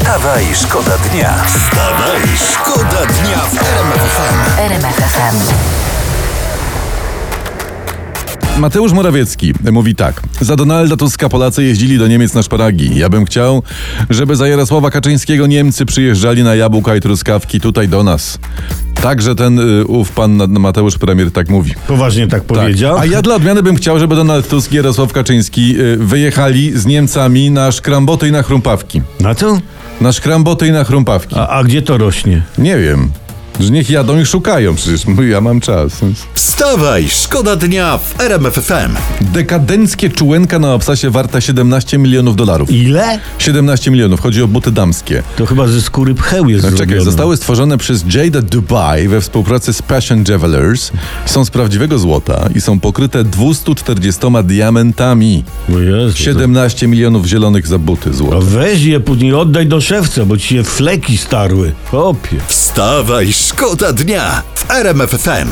Wstawaj, szkoda dnia. Wstawaj, szkoda dnia w RMF FM. RMF FM. Mateusz Morawiecki mówi tak. Za Donalda Tuska Polacy jeździli do Niemiec na szparagi. Ja bym chciał, żeby za Jarosława Kaczyńskiego Niemcy przyjeżdżali na jabłka i truskawki tutaj do nas. Także ten pan Mateusz premier tak mówi. Poważnie tak powiedział? A ja dla odmiany bym chciał, żeby Donald Tusk i Jarosław Kaczyński wyjechali z Niemcami na szkramboty i na chrumpawki. Na co? Na szkramboty i na chrumpawki. A gdzie to rośnie? Nie wiem. Że niech jadą i szukają, przecież ja mam czas. Wstawaj, szkoda dnia w RMF FM. Dekadenckie czułenka na obcasie warta $17 milionów. Ile? 17 milionów. Chodzi o buty damskie. To chyba ze skóry pcheł jest Czekaj, zrobione. zostały stworzone przez Jada Dubai we współpracy z Passion Jewelers. Są z prawdziwego złota i są pokryte 240 diamentami. O Jezu, 17 milionów zielonych za buty to złota. weź je później, oddaj do szewca, bo ci się fleki starły. Kopie. Wstawaj, szkoda dnia w RMF FM.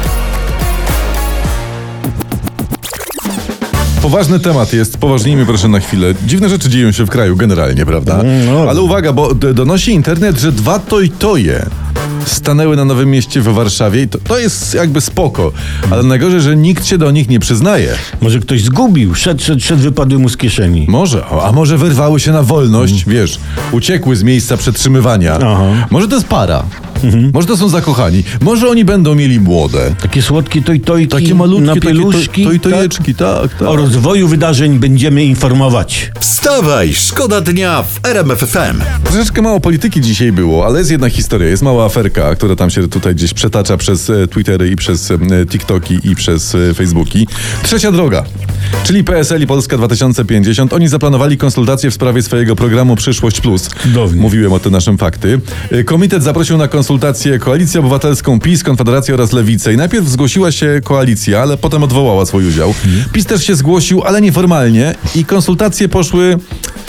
Poważny temat jest, poważnijmy proszę na chwilę. Dziwne rzeczy dzieją się w kraju generalnie, prawda? No. Ale uwaga, bo donosi internet, że 2 toj-toje stanęły na Nowym Mieście w Warszawie i to jest jakby spoko, ale najgorzej, że nikt się do nich nie przyznaje. Może ktoś zgubił, szedł, wypadły mu z kieszeni. Może, a może wyrwały się na wolność, wiesz, uciekły z miejsca przetrzymywania. Aha. Może to jest para. Może to są zakochani. Może oni będą mieli młode. Takie słodkie tojtojki, Takie malutkie, na pieluszki. tojeczki, tak. O rozwoju wydarzeń będziemy informować. Wstawaj, szkoda dnia w RMF FM. Troszeczkę mało polityki dzisiaj było, ale jest jedna historia. Jest mała aferka, która tam się tutaj gdzieś przetacza przez Twittery i przez TikToki i przez Facebooki. Trzecia droga, czyli PSL i Polska 2050. Oni zaplanowali konsultacje w sprawie swojego programu Przyszłość Plus. Cudownie. Mówiłem o tym naszym fakty. Komitet zaprosił na konsultację Koalicję Obywatelską, PiS, Konfederację oraz Lewicę. I najpierw zgłosiła się koalicja, ale potem odwołała swój udział. PiS też się zgłosił, ale nieformalnie. I konsultacje poszły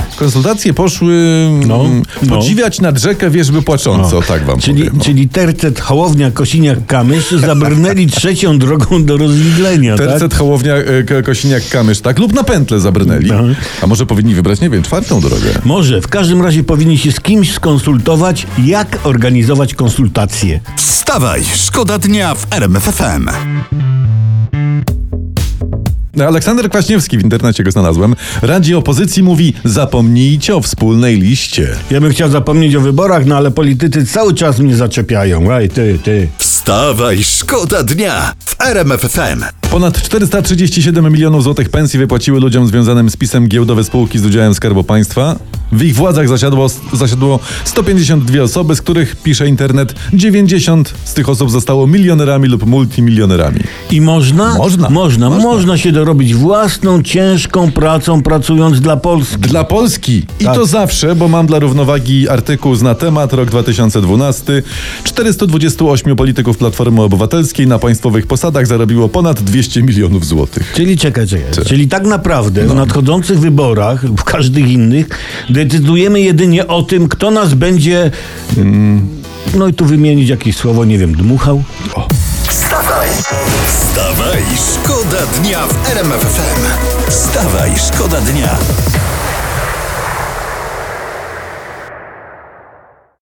podziwiać nad rzekę wierzby płacząco, tak wam powiem. Czyli Tercet, Hołownia, Kosiniak-Kamysz zabrnęli trzecią drogą do rozwidlenia, Tercet, tak? Hołownia, Kosiniak-Kamysz, tak? Lub na pętlę zabrnęli. No. A może powinni wybrać, nie wiem, 4. drogę. Może, w każdym razie powinni się z kimś skonsultować, jak organizować konsultacje. Wstawaj, szkoda dnia w RMF FM. Aleksander Kwaśniewski, w internecie go znalazłem, radzi opozycji, mówi: zapomnijcie o wspólnej liście. Ja bym chciał zapomnieć o wyborach, no ale politycy cały czas mnie zaczepiają. Ej, ty. Wstawaj, szkoda dnia w RMF FM. Ponad 437 milionów złotych pensji wypłaciły ludziom związanym z PiS-em giełdowe spółki z udziałem Skarbu Państwa. W ich władzach zasiadło 152 osoby, z których, pisze internet, 90 z tych osób zostało milionerami lub multimilionerami. I można? Można się dorobić własną, ciężką pracą, pracując dla Polski. Dla Polski. I Tak. to zawsze, bo mam dla równowagi artykuł na temat, rok 2012. 428 polityków Platformy Obywatelskiej na państwowych posadach zarobiło ponad 200 milionów złotych. Czyli czekaj. Czyli tak naprawdę w nadchodzących wyborach, w każdych innych, decydujemy jedynie o tym, kto nas będzie, no i tu wymienić jakieś słowo, nie wiem, dmuchał? Wstawaj, szkoda dnia w RMF FM. Wstawaj, szkoda dnia.